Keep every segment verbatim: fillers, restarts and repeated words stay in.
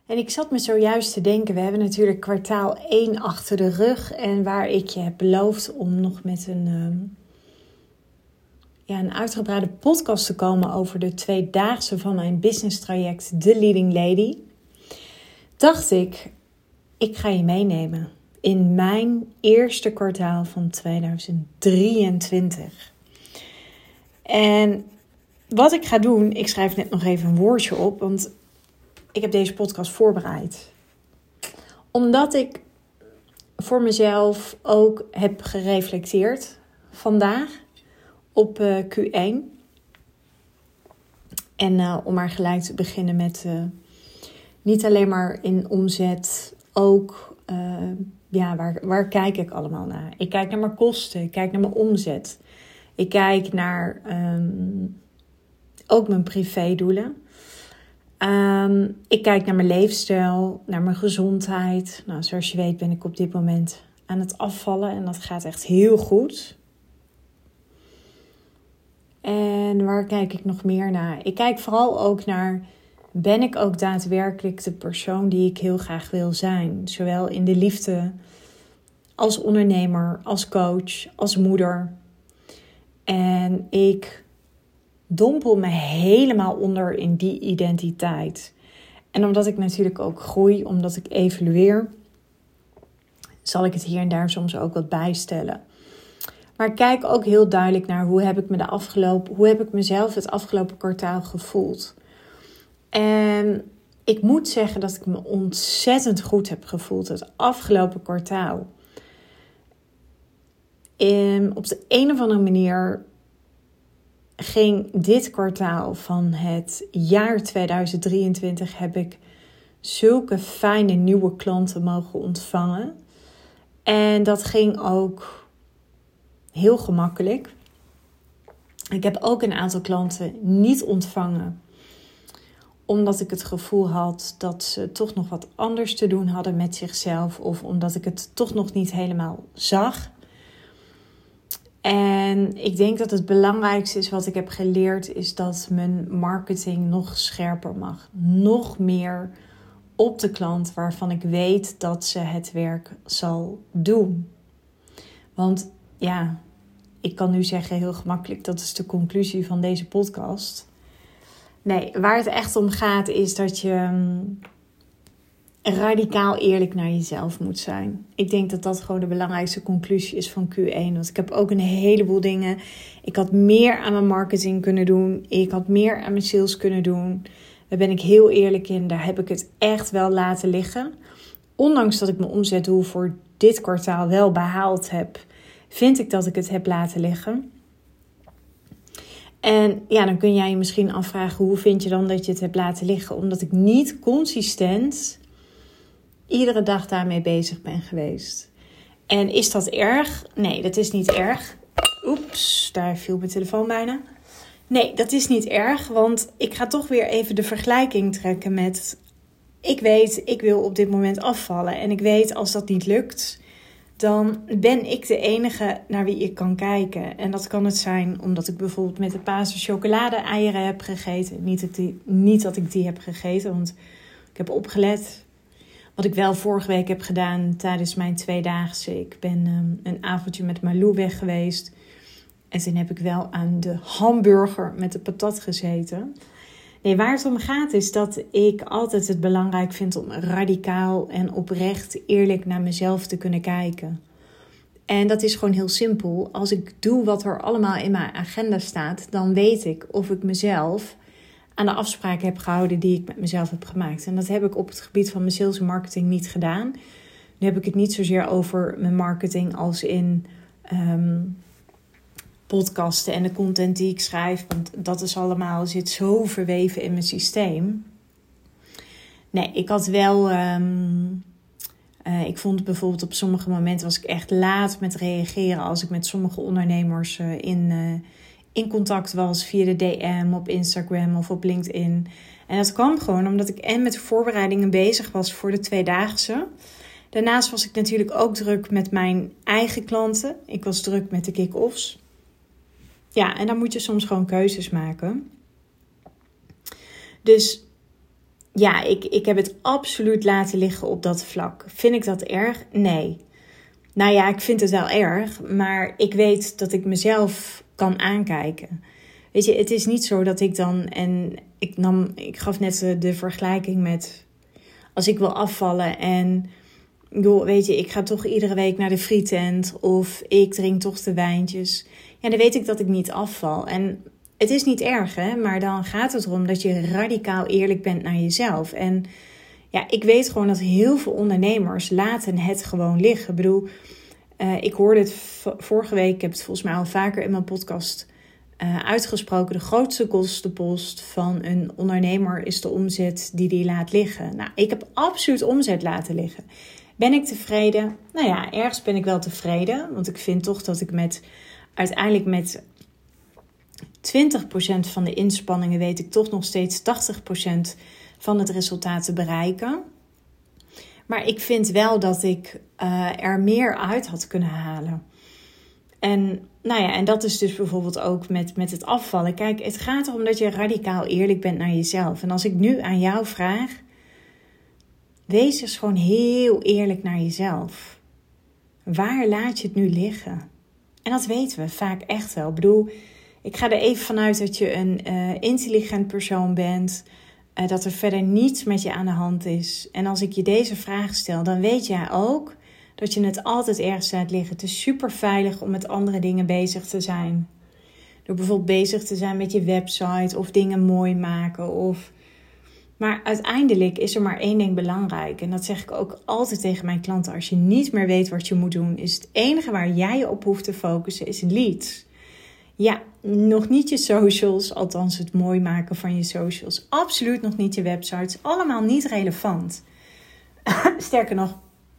En ik zat me zojuist te denken, we hebben natuurlijk kwartaal één achter de rug. En waar ik je heb beloofd om nog met een, um, ja, een uitgebreide podcast te komen over de tweedaagse van mijn business traject The Leading Lady. Dacht ik, ik ga je meenemen in mijn eerste kwartaal van tweeduizend drieëntwintig. En wat ik ga doen, ik schrijf net nog even een woordje op, want ik heb deze podcast voorbereid. Omdat ik voor mezelf ook heb gereflecteerd vandaag op uh, Q één. En uh, om maar gelijk te beginnen met uh, niet alleen maar in omzet, ook uh, ja, waar, waar kijk ik allemaal naar? Ik kijk naar mijn kosten, ik kijk naar mijn omzet. Ik kijk naar um, ook mijn privédoelen. Um, ik kijk naar mijn leefstijl, naar mijn gezondheid. Nou, zoals je weet ben ik op dit moment aan het afvallen en dat gaat echt heel goed. En waar kijk ik nog meer naar? Ik kijk vooral ook naar, ben ik ook daadwerkelijk de persoon die ik heel graag wil zijn? Zowel in de liefde, als ondernemer, als coach, als moeder. En ik dompel me helemaal onder in die identiteit. En omdat ik natuurlijk ook groei, omdat ik evolueer, zal ik het hier en daar soms ook wat bijstellen. Maar ik kijk ook heel duidelijk naar hoe heb ik me de afgelopen, hoe heb ik mezelf het afgelopen kwartaal gevoeld. En ik moet zeggen dat ik me ontzettend goed heb gevoeld het afgelopen kwartaal. En op de een of andere manier ging dit kwartaal van het jaar tweeduizend drieëntwintig heb ik zulke fijne nieuwe klanten mogen ontvangen. En dat ging ook heel gemakkelijk. Ik heb ook een aantal klanten niet ontvangen, omdat ik het gevoel had dat ze toch nog wat anders te doen hadden met zichzelf, of omdat ik het toch nog niet helemaal zag. En ik denk dat het belangrijkste is wat ik heb geleerd, is dat mijn marketing nog scherper mag. Nog meer op de klant waarvan ik weet dat ze het werk zal doen. Want ja, ik kan nu zeggen heel gemakkelijk, dat is de conclusie van deze podcast. Nee, waar het echt om gaat is dat je radicaal eerlijk naar jezelf moet zijn. Ik denk dat dat gewoon de belangrijkste conclusie is van Q één. Want ik heb ook een heleboel dingen. Ik had meer aan mijn marketing kunnen doen. Ik had meer aan mijn sales kunnen doen. Daar ben ik heel eerlijk in. Daar heb ik het echt wel laten liggen. Ondanks dat ik mijn omzetdoel voor dit kwartaal wel behaald heb, vind ik dat ik het heb laten liggen. En ja, dan kun jij je misschien afvragen, hoe vind je dan dat je het hebt laten liggen? Omdat ik niet consistent iedere dag daarmee bezig ben geweest. En is dat erg? Nee, dat is niet erg. Oeps, daar viel mijn telefoon bijna. Nee, dat is niet erg, want ik ga toch weer even de vergelijking trekken met, ik weet, ik wil op dit moment afvallen. En ik weet, als dat niet lukt, dan ben ik de enige naar wie ik kan kijken. En dat kan het zijn omdat ik bijvoorbeeld met de Pasen chocolade-eieren heb gegeten. Niet dat, die, niet dat ik die heb gegeten, want ik heb opgelet. Wat ik wel vorige week heb gedaan tijdens mijn tweedaagse. Ik ben um, een avondje met Malou weg geweest. En toen heb ik wel aan de hamburger met de patat gezeten. Nee, waar het om gaat is dat ik altijd het belangrijk vind om radicaal en oprecht eerlijk naar mezelf te kunnen kijken. En dat is gewoon heel simpel. Als ik doe wat er allemaal in mijn agenda staat, dan weet ik of ik mezelf aan de afspraken heb gehouden die ik met mezelf heb gemaakt. En dat heb ik op het gebied van mijn sales en marketing niet gedaan. Nu heb ik het niet zozeer over mijn marketing als in um, podcasten en de content die ik schrijf. Want dat is allemaal, zit zo verweven in mijn systeem. Nee, ik had wel Um, uh, ik vond bijvoorbeeld op sommige momenten was ik echt laat met reageren als ik met sommige ondernemers uh, in, uh, in contact was via de D M op Instagram of op LinkedIn. En dat kwam gewoon omdat ik en met de voorbereidingen bezig was voor de tweedaagse. Daarnaast was ik natuurlijk ook druk met mijn eigen klanten. Ik was druk met de kick-offs. Ja, en dan moet je soms gewoon keuzes maken. Dus ja, ik, ik heb het absoluut laten liggen op dat vlak. Vind ik dat erg? Nee. Nou ja, ik vind het wel erg, maar ik weet dat ik mezelf kan aankijken. Weet je, het is niet zo dat ik dan, en ik nam, ik gaf net de, de vergelijking met, als ik wil afvallen en, joh, weet je, ik ga toch iedere week naar de frietent of ik drink toch de wijntjes. Ja, dan weet ik dat ik niet afval. En het is niet erg, hè, maar dan gaat het erom dat je radicaal eerlijk bent naar jezelf. En ja, ik weet gewoon dat heel veel ondernemers laten het gewoon liggen. Ik bedoel, uh, ik hoorde het v- vorige week, ik heb het volgens mij al vaker in mijn podcast uh, uitgesproken. De grootste kostenpost van een ondernemer is de omzet die die laat liggen. Nou, ik heb absoluut omzet laten liggen. Ben ik tevreden? Nou ja, ergens ben ik wel tevreden. Want ik vind toch dat ik met uiteindelijk met twintig procent van de inspanningen weet ik toch nog steeds tachtig procent van het resultaat te bereiken. Maar ik vind wel dat ik uh, er meer uit had kunnen halen. En, nou ja, en dat is dus bijvoorbeeld ook met, met het afvallen. Kijk, het gaat erom dat je radicaal eerlijk bent naar jezelf. En als ik nu aan jou vraag, wees eens gewoon heel eerlijk naar jezelf. Waar laat je het nu liggen? En dat weten we vaak echt wel. Ik bedoel, ik ga er even vanuit dat je een uh, intelligent persoon bent. Uh, dat er verder niets met je aan de hand is. En als ik je deze vraag stel, dan weet jij ook dat je het altijd ergens laat liggen. Het is super veilig om met andere dingen bezig te zijn. Door bijvoorbeeld bezig te zijn met je website of dingen mooi maken. Of... Maar uiteindelijk is er maar één ding belangrijk. En dat zeg ik ook altijd tegen mijn klanten. Als je niet meer weet wat je moet doen, is het enige waar jij je op hoeft te focussen, is leads. Ja, nog niet je socials, althans het mooi maken van je socials. Absoluut nog niet je websites. Allemaal niet relevant. Sterker nog,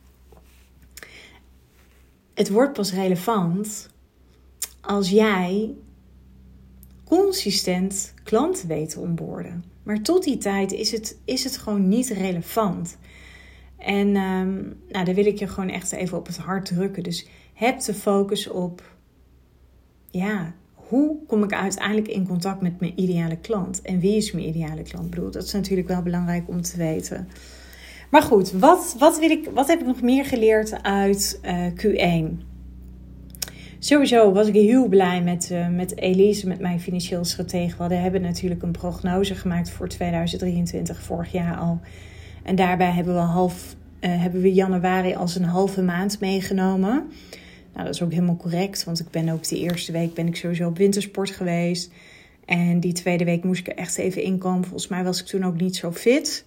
het wordt pas relevant als jij consistent klanten weet te onboarden. Maar tot die tijd is het, is het gewoon niet relevant. En um, nou, daar wil ik je gewoon echt even op het hart drukken. Dus heb de focus op, ja, hoe kom ik uiteindelijk in contact met mijn ideale klant? En wie is mijn ideale klant? Ik bedoel, dat is natuurlijk wel belangrijk om te weten. Maar goed, wat, wat, wil ik, wat heb ik nog meer geleerd uit uh, Q één? Sowieso was ik heel blij met, uh, met Elise, met mijn financieel stratege. We hebben natuurlijk een prognose gemaakt voor tweeduizend drieëntwintig, vorig jaar al. En daarbij hebben we, half, uh, hebben we januari als een halve maand meegenomen. Nou, dat is ook helemaal correct, want ik ben ook de eerste week ben ik sowieso op wintersport geweest. En die tweede week moest ik er echt even inkomen. Volgens mij was ik toen ook niet zo fit.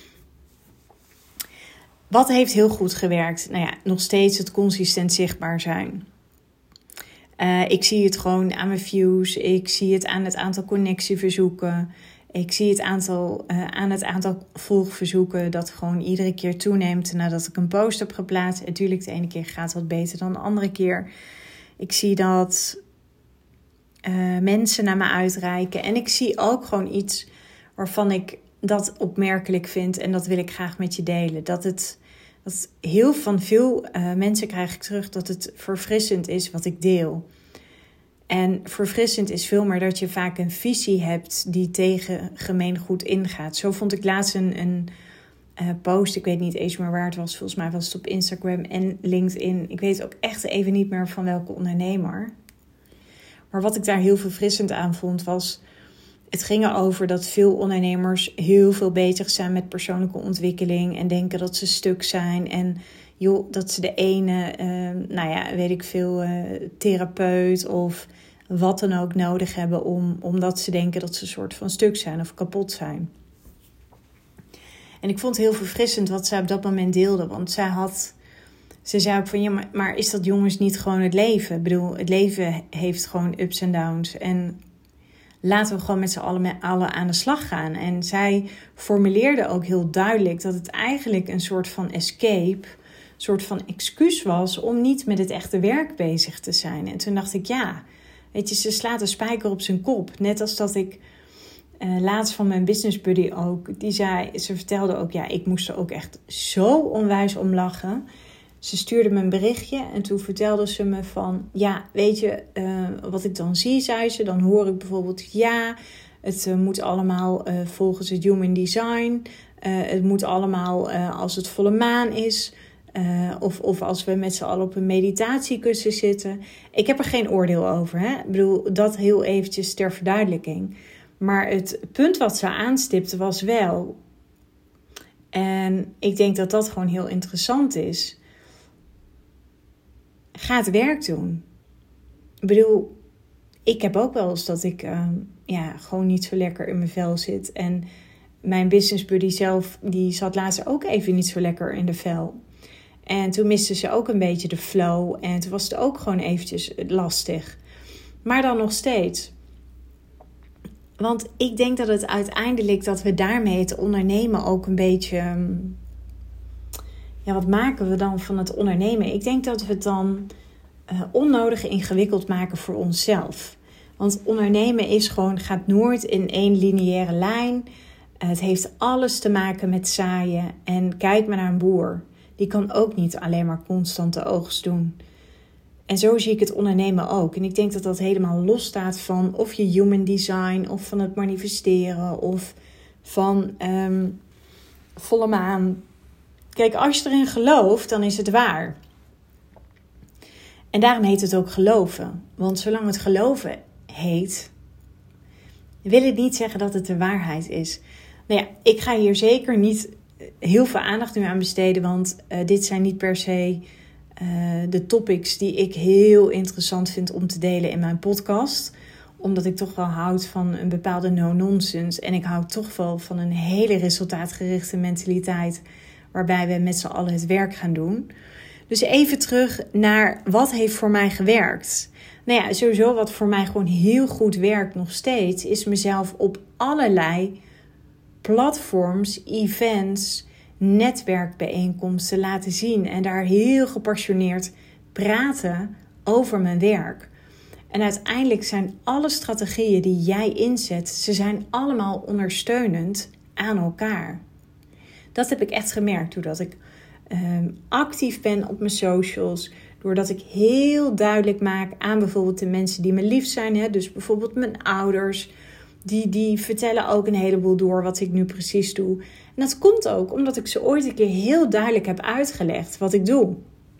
Wat heeft heel goed gewerkt? Nou ja, nog steeds het consistent zichtbaar zijn. Uh, ik zie het gewoon aan mijn views. Ik zie het aan het aantal connectieverzoeken. Ik zie het aantal, uh, aan het aantal volgverzoeken dat gewoon iedere keer toeneemt nadat ik een post heb geplaatst. Natuurlijk, de ene keer gaat wat beter dan de andere keer. Ik zie dat uh, mensen naar me uitreiken. En ik zie ook gewoon iets waarvan ik dat opmerkelijk vind. En dat wil ik graag met je delen. Dat het dat heel van veel uh, mensen krijg ik terug dat het verfrissend is wat ik deel. En verfrissend is veel meer dat je vaak een visie hebt die tegen gemeengoed ingaat. Zo vond ik laatst een, een uh, post, ik weet niet eens meer waar het was. Volgens mij was het op Instagram en LinkedIn. Ik weet ook echt even niet meer van welke ondernemer. Maar wat ik daar heel verfrissend aan vond was, het ging erover dat veel ondernemers heel veel bezig zijn met persoonlijke ontwikkeling en denken dat ze stuk zijn. En joh, dat ze de ene, uh, nou ja, weet ik veel, uh, therapeut of wat dan ook nodig hebben om, omdat ze denken dat ze een soort van stuk zijn of kapot zijn. En ik vond het heel verfrissend wat zij op dat moment deelde, want zij had, ze zei ook van ja, maar, maar is dat jongens niet gewoon het leven? Ik bedoel, het leven heeft gewoon ups en downs en laten we gewoon met z'n allen, met allen aan de slag gaan. En zij formuleerde ook heel duidelijk dat het eigenlijk een soort van escape, een soort van excuus was om niet met het echte werk bezig te zijn. En toen dacht ik, ja, weet je, ze slaat een spijker op zijn kop. Net als dat ik uh, laatst van mijn business buddy ook, die zei, ze vertelde ook, ja, ik moest er ook echt zo onwijs om lachen. Ze stuurde me een berichtje en toen vertelde ze me van, ja, weet je, uh, wat ik dan zie, zei ze. Dan hoor ik bijvoorbeeld, ja, het uh, moet allemaal uh, volgens het human design. Uh, het moet allemaal uh, als het volle maan is. Uh, of, of als we met z'n allen op een meditatiekussen zitten. Ik heb er geen oordeel over. Hè? Ik bedoel, dat heel eventjes ter verduidelijking. Maar het punt wat ze aanstipte was wel... En ik denk dat dat gewoon heel interessant is. Ga het werk doen. Ik bedoel, ik heb ook wel eens dat ik uh, ja, gewoon niet zo lekker in mijn vel zit. En mijn business buddy zelf, die zat laatst ook even niet zo lekker in de vel. En toen miste ze ook een beetje de flow. En toen was het ook gewoon eventjes lastig. Maar dan nog steeds. Want ik denk dat het uiteindelijk, dat we daarmee het ondernemen ook een beetje... Ja, wat maken we dan van het ondernemen? Ik denk dat we het dan uh, onnodig ingewikkeld maken voor onszelf. Want ondernemen is gewoon, gaat nooit in één lineaire lijn. Uh, het heeft alles te maken met zaaien. En kijk maar naar een boer. Die kan ook niet alleen maar constant de oogst doen. En zo zie ik het ondernemen ook. En ik denk dat dat helemaal los staat van of je human design, of van het manifesteren, of van um, volle maan. Kijk, als je erin gelooft, dan is het waar. En daarom heet het ook geloven. Want zolang het geloven heet, wil het niet zeggen dat het de waarheid is. Nou ja, ik ga hier zeker niet heel veel aandacht nu aan besteden, want uh, dit zijn niet per se uh, de topics die ik heel interessant vind om te delen in mijn podcast. Omdat ik toch wel houd van een bepaalde no-nonsense. En ik hou toch wel van een hele resultaatgerichte mentaliteit, waarbij we met z'n allen het werk gaan doen. Dus even terug naar wat heeft voor mij gewerkt. Nou ja, sowieso wat voor mij gewoon heel goed werkt nog steeds, is mezelf op allerlei platforms, events, netwerkbijeenkomsten laten zien. En daar heel gepassioneerd praten over mijn werk. En uiteindelijk zijn alle strategieën die jij inzet, ze zijn allemaal ondersteunend aan elkaar. Dat heb ik echt gemerkt doordat ik um, actief ben op mijn socials. Doordat ik heel duidelijk maak aan bijvoorbeeld de mensen die me lief zijn. Hè? Dus bijvoorbeeld mijn ouders. Die, die vertellen ook een heleboel door wat ik nu precies doe. En dat komt ook omdat ik ze ooit een keer heel duidelijk heb uitgelegd wat ik doe.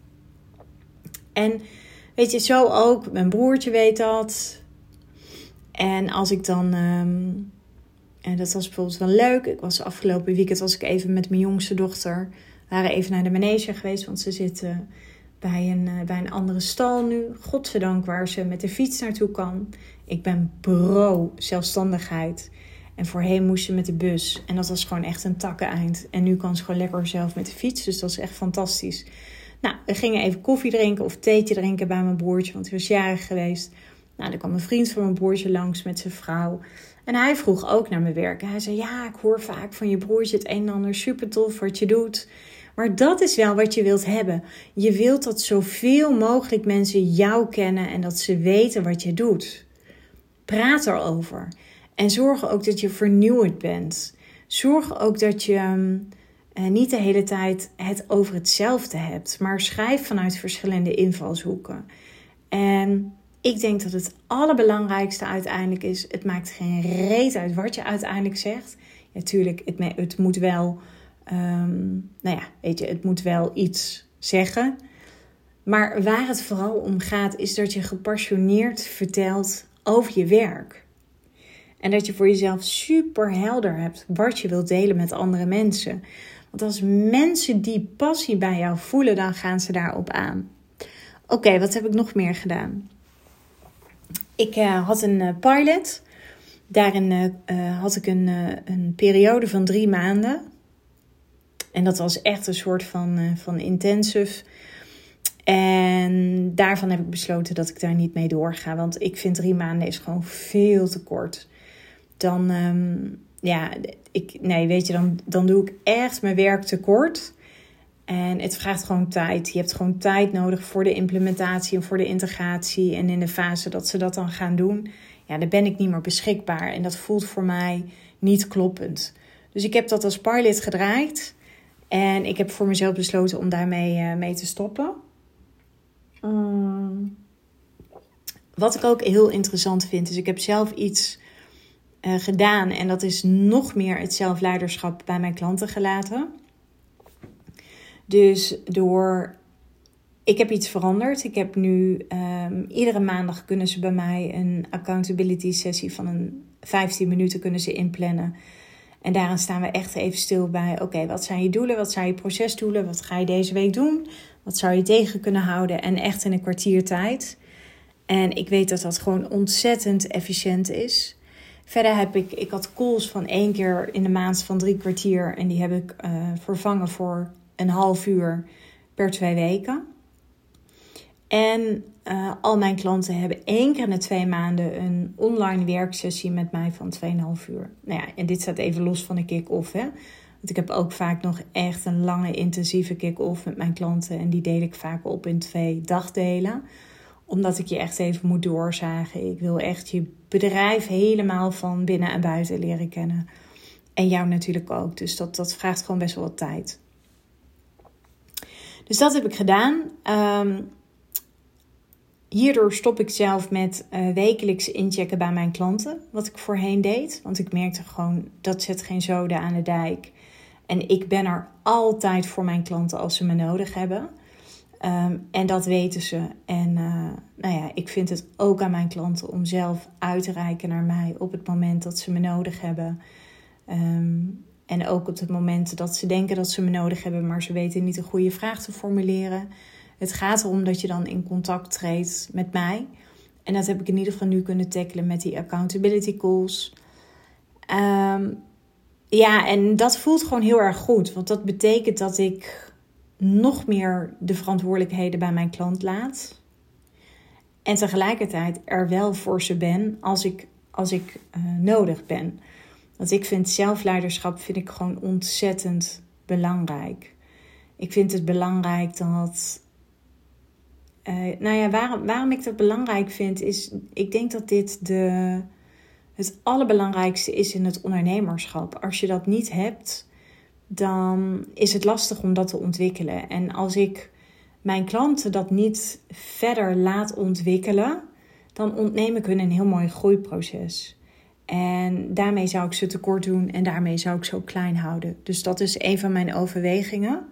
En weet je, zo ook, mijn broertje weet dat. En als ik dan, um, en dat was bijvoorbeeld wel leuk. Ik was afgelopen weekend was ik even met mijn jongste dochter. We waren even naar de manege geweest, want ze zitten bij een, uh, bij een andere stal nu. Godzijdank waar ze met de fiets naartoe kan. Ik ben pro zelfstandigheid. En voorheen moest ze met de bus. En dat was gewoon echt een takkeneind. En nu kan ze gewoon lekker zelf met de fiets. Dus dat is echt fantastisch. Nou, we gingen even koffie drinken of theetje drinken bij mijn broertje. Want hij was jarig geweest. Nou, er kwam een vriend van mijn broertje langs met zijn vrouw. En hij vroeg ook naar mijn werk. Hij zei, ja, ik hoor vaak van je broertje het een en ander. Super tof wat je doet. Maar dat is wel wat je wilt hebben. Je wilt dat zoveel mogelijk mensen jou kennen. En dat ze weten wat je doet. Praat erover. En zorg ook dat je vernieuwend bent. Zorg ook dat je um, uh, niet de hele tijd het over hetzelfde hebt. Maar schrijf vanuit verschillende invalshoeken. En ik denk dat het allerbelangrijkste uiteindelijk is. Het maakt geen reet uit wat je uiteindelijk zegt. Ja, tuurlijk, het, het moet wel... Um, nou ja, weet je, het moet wel iets zeggen. Maar waar het vooral om gaat, is dat je gepassioneerd vertelt over je werk. En dat je voor jezelf super helder hebt wat je wilt delen met andere mensen. Want als mensen die passie bij jou voelen, dan gaan ze daarop aan. Oké, okay, wat heb ik nog meer gedaan? Ik uh, had een uh, pilot. Daarin uh, uh, had ik een, uh, een periode van drie maanden. En dat was echt een soort van, uh, van intensive. En daarvan heb ik besloten dat ik daar niet mee doorga. Want ik vind drie maanden is gewoon veel te kort. Dan, um, ja, ik, nee, weet je, dan, dan doe ik echt mijn werk te kort. En het vraagt gewoon tijd. Je hebt gewoon tijd nodig voor de implementatie en voor de integratie. En in de fase dat ze dat dan gaan doen, ja, dan ben ik niet meer beschikbaar. En dat voelt voor mij niet kloppend. Dus ik heb dat als pilot gedraaid. En ik heb voor mezelf besloten om daarmee uh, mee te stoppen. Um, wat ik ook heel interessant vind, is ik heb zelf iets uh, gedaan. En dat is nog meer het zelfleiderschap bij mijn klanten gelaten. Dus door... Ik heb iets veranderd. Ik heb nu... Um, iedere maandag kunnen ze bij mij een accountability sessie van een vijftien minuten kunnen ze inplannen. En daarin staan we echt even stil bij... Oké, okay, wat zijn je doelen? Wat zijn je procesdoelen? Wat ga je deze week doen? Wat zou je tegen kunnen houden? En echt in een kwartier tijd. En ik weet dat dat gewoon ontzettend efficiënt is. Verder heb ik... Ik had calls van één keer in de maand van drie kwartier. En die heb ik uh, vervangen voor een half uur per twee weken. En uh, al mijn klanten hebben één keer in de twee maanden een online werksessie met mij van twee komma vijf uur. Nou ja, en dit staat even los van de kick-off, hè. Want ik heb ook vaak nog echt een lange intensieve kick-off met mijn klanten. En die deel ik vaak op in twee dagdelen. Omdat ik je echt even moet doorzagen. Ik wil echt je bedrijf helemaal van binnen en buiten leren kennen. En jou natuurlijk ook. Dus dat, dat vraagt gewoon best wel wat tijd. Dus dat heb ik gedaan. Um, Hierdoor stop ik zelf met uh, wekelijks inchecken bij mijn klanten. Wat ik voorheen deed. Want ik merkte gewoon, dat zet geen zoden aan de dijk. En ik ben er altijd voor mijn klanten als ze me nodig hebben. Um, en dat weten ze. En uh, nou ja, ik vind het ook aan mijn klanten om zelf uit te reiken naar mij op het moment dat ze me nodig hebben. Um, en ook op het moment dat ze denken dat ze me nodig hebben, maar ze weten niet een goede vraag te formuleren. Het gaat erom dat je dan in contact treedt met mij. En dat heb ik in ieder geval nu kunnen tackelen met die accountability calls. Um, ja, en dat voelt gewoon heel erg goed. Want dat betekent dat ik nog meer de verantwoordelijkheden bij mijn klant laat. En tegelijkertijd er wel voor ze ben als ik, als ik uh, nodig ben. Want ik vind zelfleiderschap vind ik gewoon ontzettend belangrijk. Ik vind het belangrijk dat... Uh, nou ja, waarom, waarom ik dat belangrijk vind is... Ik denk dat dit de, het allerbelangrijkste is in het ondernemerschap. Als je dat niet hebt, dan is het lastig om dat te ontwikkelen. En als ik mijn klanten dat niet verder laat ontwikkelen, dan ontneem ik hun een heel mooi groeiproces. En daarmee zou ik ze tekort doen en daarmee zou ik ze ook klein houden. Dus dat is een van mijn overwegingen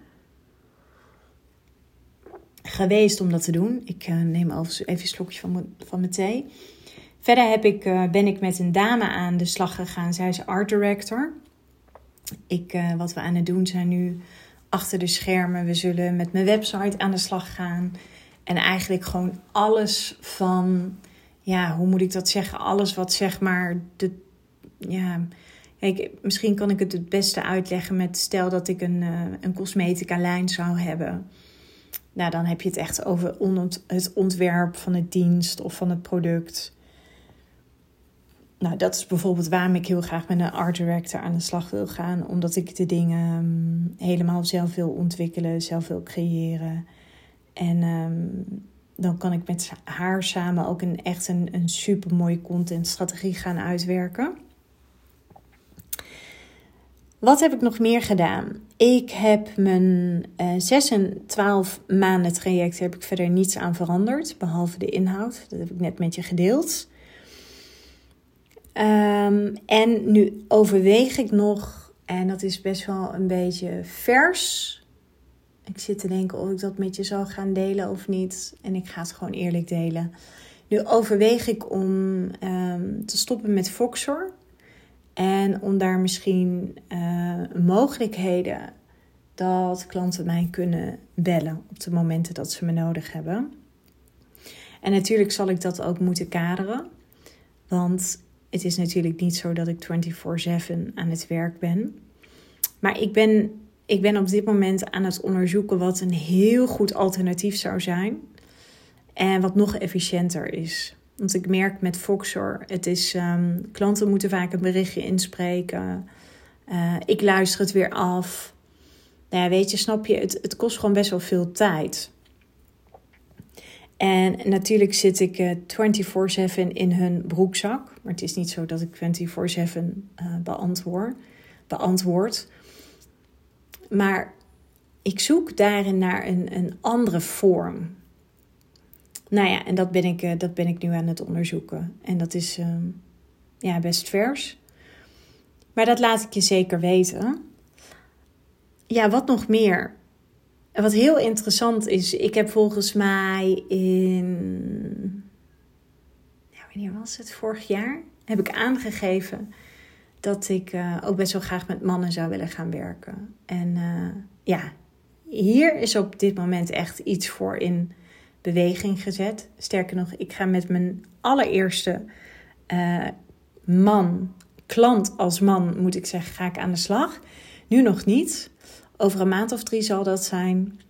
geweest om dat te doen. Ik uh, neem even een slokje van, m- van mijn thee. Verder heb ik, uh, ben ik met een dame aan de slag gegaan. Zij is art director. Ik, uh, wat we aan het doen zijn nu achter de schermen. We zullen met mijn website aan de slag gaan. En eigenlijk gewoon alles van... Ja, hoe moet ik dat zeggen? Alles wat zeg maar... De, ja, kijk, misschien kan ik het het beste uitleggen met... Stel dat ik een, uh, een cosmetica lijn zou hebben... Nou, dan heb je het echt over ont- het ontwerp van het dienst of van het product. Nou, dat is bijvoorbeeld waarom ik heel graag met een art director aan de slag wil gaan. Omdat ik de dingen um, helemaal zelf wil ontwikkelen, zelf wil creëren. En um, dan kan ik met haar samen ook een, echt een, een super mooie contentstrategie gaan uitwerken. Wat heb ik nog meer gedaan? Ik heb mijn uh, zes en twaalf maanden traject heb ik verder niets aan veranderd. Behalve de inhoud. Dat heb ik net met je gedeeld. Um, en nu overweeg ik nog. En dat is best wel een beetje vers. Ik zit te denken of ik dat met je zal gaan delen of niet. En ik ga het gewoon eerlijk delen. Nu overweeg ik om um, te stoppen met Voxer. En om daar misschien uh, mogelijkheden dat klanten mij kunnen bellen op de momenten dat ze me nodig hebben. En natuurlijk zal ik dat ook moeten kaderen. Want het is natuurlijk niet zo dat ik vierentwintig zeven aan het werk ben. Maar ik ben, ik ben op dit moment aan het onderzoeken wat een heel goed alternatief zou zijn. En wat nog efficiënter is. Want ik merk met Voxer, het is, um, klanten moeten vaak een berichtje inspreken. Uh, ik luister het weer af. Nou ja, weet je, snap je, het, het kost gewoon best wel veel tijd. En natuurlijk zit ik uh, vierentwintig zeven in hun broekzak. Maar het is niet zo dat ik vierentwintig zeven uh, beantwoord, beantwoord. Maar ik zoek daarin naar een, een andere vorm. Nou ja, en dat ben ik, uh, dat ben ik nu aan het onderzoeken. En dat is uh, ja, best vers. Maar dat laat ik je zeker weten. Ja, wat nog meer? En wat heel interessant is, ik heb volgens mij in, ja, wanneer was het? Vorig jaar heb ik aangegeven dat ik uh, ook best wel graag met mannen zou willen gaan werken. En uh, ja, hier is op dit moment echt iets voor in beweging gezet. Sterker nog, ik ga met mijn allereerste uh, man, klant als man moet ik zeggen, ga ik aan de slag. Nu nog niet. Over een maand of drie zal dat zijn.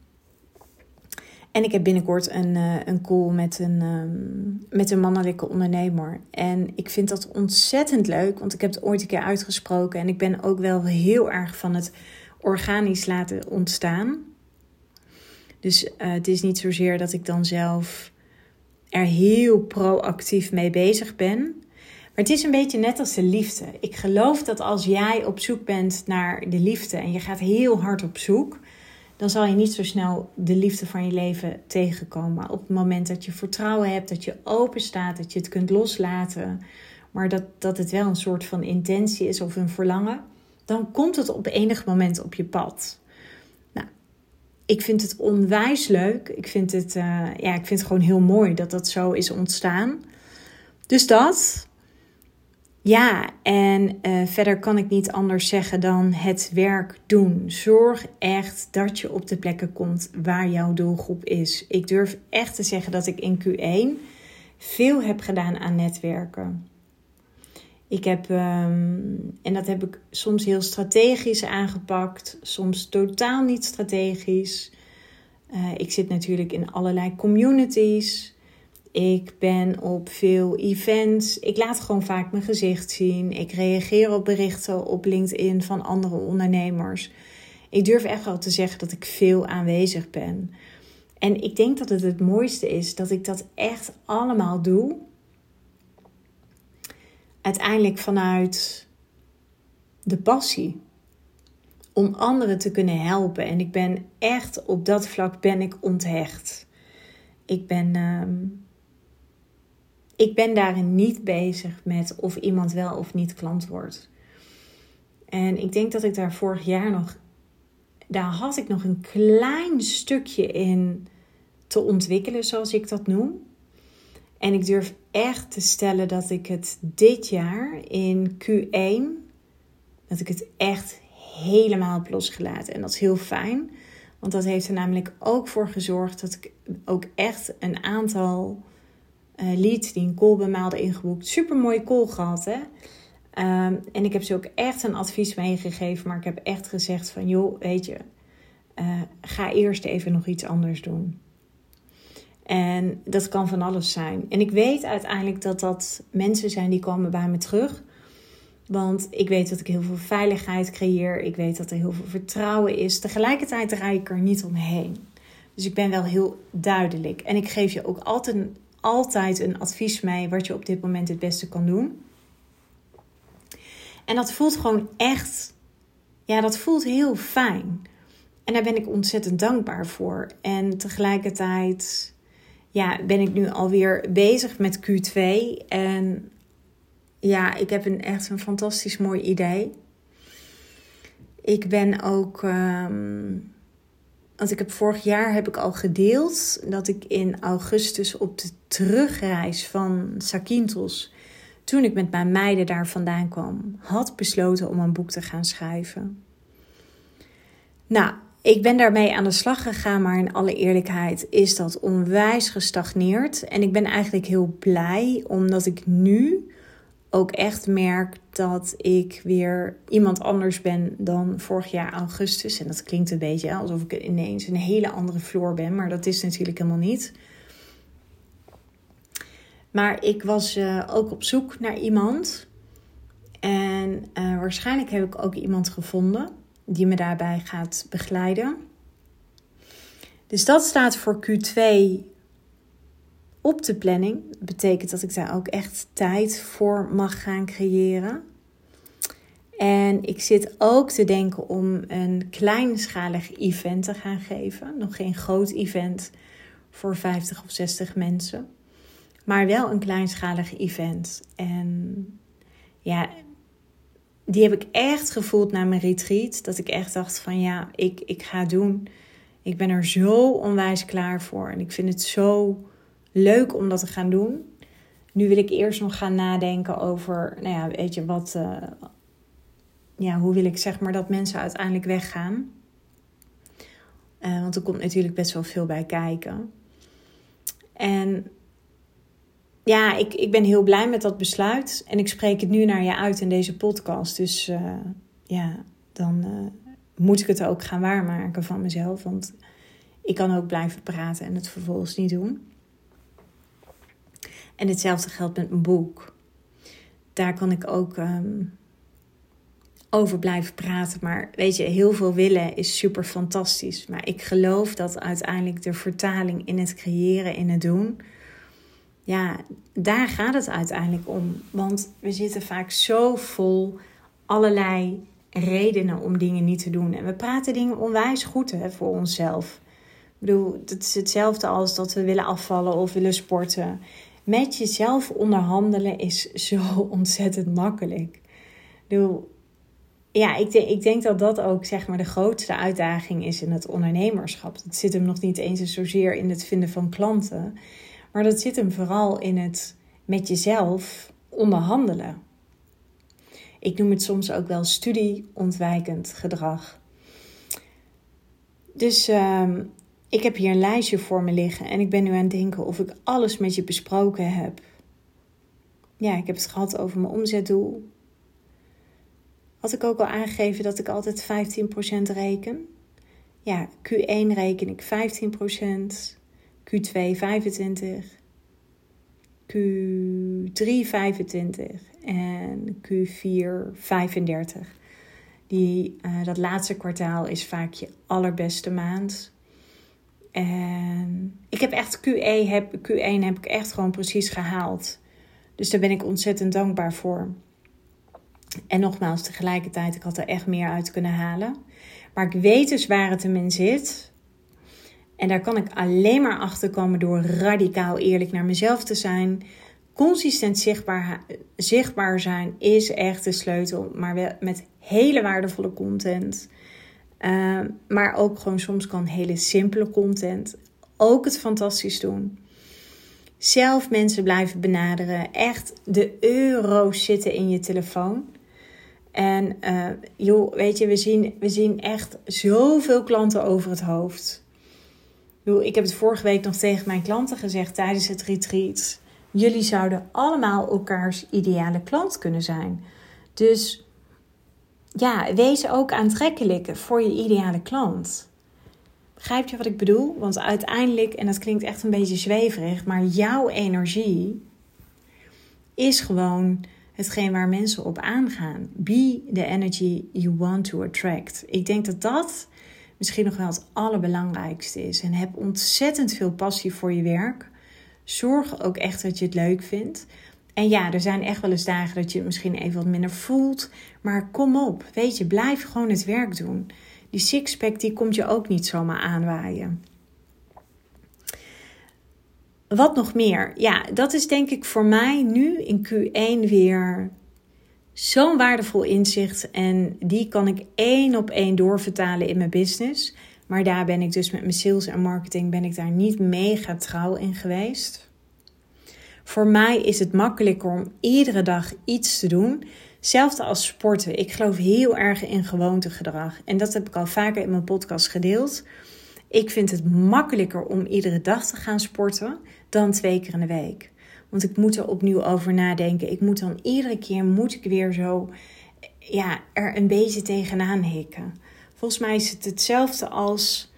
En ik heb binnenkort een, uh, een call met een, um, met een mannelijke ondernemer. En ik vind dat ontzettend leuk, want ik heb het ooit een keer uitgesproken. En ik ben ook wel heel erg van het organisch laten ontstaan. Dus uh, het is niet zozeer dat ik dan zelf er heel proactief mee bezig ben. Maar het is een beetje net als de liefde. Ik geloof dat als jij op zoek bent naar de liefde en je gaat heel hard op zoek, dan zal je niet zo snel de liefde van je leven tegenkomen. Op het moment dat je vertrouwen hebt, dat je open staat, dat je het kunt loslaten, maar dat, dat het wel een soort van intentie is of een verlangen, dan komt het op enig moment op je pad. Nou, ik vind het onwijs leuk. Ik vind het, uh, ja, ik vind het gewoon heel mooi dat dat zo is ontstaan. Dus dat. Ja, en uh, verder kan ik niet anders zeggen dan het werk doen. Zorg echt dat je op de plekken komt waar jouw doelgroep is. Ik durf echt te zeggen dat ik in Q één veel heb gedaan aan netwerken. Ik heb, um, en dat heb ik soms heel strategisch aangepakt, soms totaal niet strategisch. Uh, ik zit natuurlijk in allerlei communities. Ik ben op veel events. Ik laat gewoon vaak mijn gezicht zien. Ik reageer op berichten op LinkedIn van andere ondernemers. Ik durf echt wel te zeggen dat ik veel aanwezig ben. En ik denk dat het het mooiste is dat ik dat echt allemaal doe. Uiteindelijk vanuit de passie. Om anderen te kunnen helpen. En ik ben echt, op dat vlak ben ik onthecht. Ik ben... Um, Ik ben daarin niet bezig met of iemand wel of niet klant wordt. En ik denk dat ik daar vorig jaar nog... Daar had ik nog een klein stukje in te ontwikkelen, zoals ik dat noem. En ik durf echt te stellen dat ik het dit jaar in Q één... dat ik het echt helemaal heb losgelaten. En dat is heel fijn. Want dat heeft er namelijk ook voor gezorgd dat ik ook echt een aantal... Uh, leads die een call bij mij hadden ingeboekt. Super mooie call gehad, hè. Um, en ik heb ze ook echt een advies meegegeven. Maar ik heb echt gezegd van, joh, weet je, uh, ga eerst even nog iets anders doen. En dat kan van alles zijn. En ik weet uiteindelijk dat dat mensen zijn die komen bij me terug. Want ik weet dat ik heel veel veiligheid creëer. Ik weet dat er heel veel vertrouwen is. Tegelijkertijd draai ik er niet omheen. Dus ik ben wel heel duidelijk. En ik geef je ook altijd... Een, altijd een advies mee wat je op dit moment het beste kan doen. En dat voelt gewoon echt, ja, dat voelt heel fijn. En daar ben ik ontzettend dankbaar voor. En tegelijkertijd, ja, ben ik nu alweer bezig met Q twee. En ja, ik heb een, echt een fantastisch mooi idee. Ik ben ook... Um, Want ik heb vorig jaar heb ik al gedeeld dat ik in augustus op de terugreis van Zakynthos, toen ik met mijn meiden daar vandaan kwam, had besloten om een boek te gaan schrijven. Nou, ik ben daarmee aan de slag gegaan, maar in alle eerlijkheid is dat onwijs gestagneerd. En ik ben eigenlijk heel blij, omdat ik nu ook echt merk dat ik weer iemand anders ben dan vorig jaar augustus. En dat klinkt een beetje alsof ik ineens een hele andere Floor ben. Maar dat is natuurlijk helemaal niet. Maar ik was uh, ook op zoek naar iemand. En uh, waarschijnlijk heb ik ook iemand gevonden die me daarbij gaat begeleiden. Dus dat staat voor Q twee op de planning. Dat betekent dat ik daar ook echt tijd voor mag gaan creëren. En ik zit ook te denken om een kleinschalig event te gaan geven. Nog geen groot event voor vijftig of zestig mensen. Maar wel een kleinschalig event. En ja, die heb ik echt gevoeld na mijn retreat. Dat ik echt dacht van ja, ik, ik ga het doen. Ik ben er zo onwijs klaar voor. En ik vind het zo leuk om dat te gaan doen. Nu wil ik eerst nog gaan nadenken over, nou ja, weet je wat, uh, ja, hoe wil ik zeg maar dat mensen uiteindelijk weggaan. Uh, want er komt natuurlijk best wel veel bij kijken. En ja, ik, ik ben heel blij met dat besluit. En ik spreek het nu naar je uit in deze podcast. Dus uh, ja, dan uh, moet ik het ook gaan waarmaken van mezelf. Want ik kan ook blijven praten en het vervolgens niet doen. En hetzelfde geldt met mijn boek. Daar kan ik ook um, over blijven praten. Maar weet je, heel veel willen is super fantastisch. Maar ik geloof dat uiteindelijk de vertaling in het creëren, in het doen, ja, daar gaat het uiteindelijk om. Want we zitten vaak zo vol allerlei redenen om dingen niet te doen. En we praten dingen onwijs goed hè, voor onszelf. Ik bedoel, het is hetzelfde als dat we willen afvallen of willen sporten. Met jezelf onderhandelen is zo ontzettend makkelijk. Ik bedoel, ja, ik, de, ik denk dat dat ook zeg maar de grootste uitdaging is in het ondernemerschap. Het zit hem nog niet eens zozeer in het vinden van klanten. Maar dat zit hem vooral in het met jezelf onderhandelen. Ik noem het soms ook wel studieontwijkend gedrag. Dus uh, ik heb hier een lijstje voor me liggen. En ik ben nu aan het denken of ik alles met je besproken heb. Ja, ik heb het gehad over mijn omzetdoel. Had ik ook al aangegeven dat ik altijd vijftien procent reken. Ja, Q één reken ik vijftien procent. Q twee vijfentwintig. Q drie vijfentwintig. En Q vier vijfendertig. Die, uh, dat laatste kwartaal is vaak je allerbeste maand. En ik heb echt Q één, heb, Q één heb ik echt gewoon precies gehaald. Dus daar ben ik ontzettend dankbaar voor. En nogmaals, tegelijkertijd, ik had er echt meer uit kunnen halen. Maar ik weet dus waar het hem in zit. En daar kan ik alleen maar achter komen door radicaal eerlijk naar mezelf te zijn. Consistent zichtbaar, zichtbaar zijn is echt de sleutel. Maar wel met hele waardevolle content. Uh, maar ook gewoon soms kan hele simpele content ook het fantastisch doen. Zelf mensen blijven benaderen. Echt de euro's zitten in je telefoon. En uh, joh, weet je, we zien, we zien echt zoveel klanten over het hoofd. Joh, ik heb het vorige week nog tegen mijn klanten gezegd tijdens het retreat. Jullie zouden allemaal elkaars ideale klant kunnen zijn. Dus ja, wees ook aantrekkelijk voor je ideale klant. Begrijp je wat ik bedoel? Want uiteindelijk, en dat klinkt echt een beetje zweverig, maar jouw energie is gewoon hetgeen waar mensen op aangaan. Be the energy you want to attract. Ik denk dat dat misschien nog wel het allerbelangrijkste is. En heb ontzettend veel passie voor je werk. Zorg ook echt dat je het leuk vindt. En ja, er zijn echt wel eens dagen dat je het misschien even wat minder voelt. Maar kom op, weet je, blijf gewoon het werk doen. Die sixpack die komt je ook niet zomaar aanwaaien. Wat nog meer? Ja, dat is denk ik voor mij nu in Q één weer zo'n waardevol inzicht. En die kan ik één op één doorvertalen in mijn business. Maar daar ben ik dus met mijn sales en marketing ben ik daar niet mega trouw in geweest. Voor mij is het makkelijker om iedere dag iets te doen. Hetzelfde als sporten. Ik geloof heel erg in gewoontegedrag. En dat heb ik al vaker in mijn podcast gedeeld. Ik vind het makkelijker om iedere dag te gaan sporten dan twee keer in de week. Want ik moet er opnieuw over nadenken. Ik moet dan iedere keer moet ik weer zo ja, er een beetje tegenaan hikken. Volgens mij is het hetzelfde als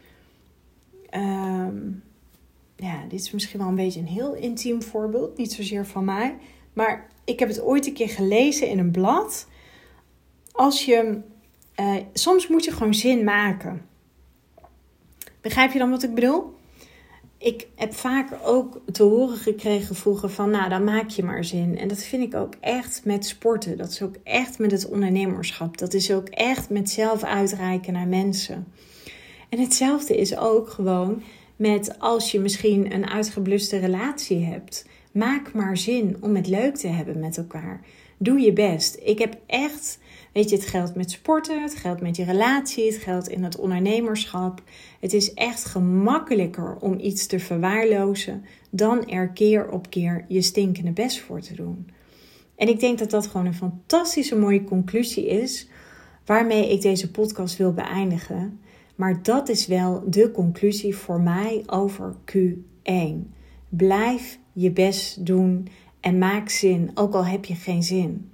Um, ja, dit is misschien wel een beetje een heel intiem voorbeeld. Niet zozeer van mij. Maar ik heb het ooit een keer gelezen in een blad. Als je... Uh, soms moet je gewoon zin maken. Begrijp je dan wat ik bedoel? Ik heb vaak ook te horen gekregen vroeger van... nou, dan maak je maar zin. En dat vind ik ook echt met sporten. Dat is ook echt met het ondernemerschap. Dat is ook echt met zelf uitreiken naar mensen. En hetzelfde is ook gewoon... met als je misschien een uitgebluste relatie hebt. Maak maar zin om het leuk te hebben met elkaar. Doe je best. Ik heb echt Weet je, het geldt met sporten, het geldt met je relatie, het geldt in het ondernemerschap. Het is echt gemakkelijker om iets te verwaarlozen dan er keer op keer je stinkende best voor te doen. En ik denk dat dat gewoon een fantastische mooie conclusie is, waarmee ik deze podcast wil beëindigen. Maar dat is wel de conclusie voor mij over Q één. Blijf je best doen en maak zin, ook al heb je geen zin.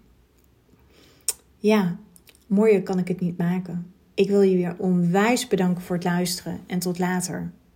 Ja, mooier kan ik het niet maken. Ik wil je weer onwijs bedanken voor het luisteren en tot later.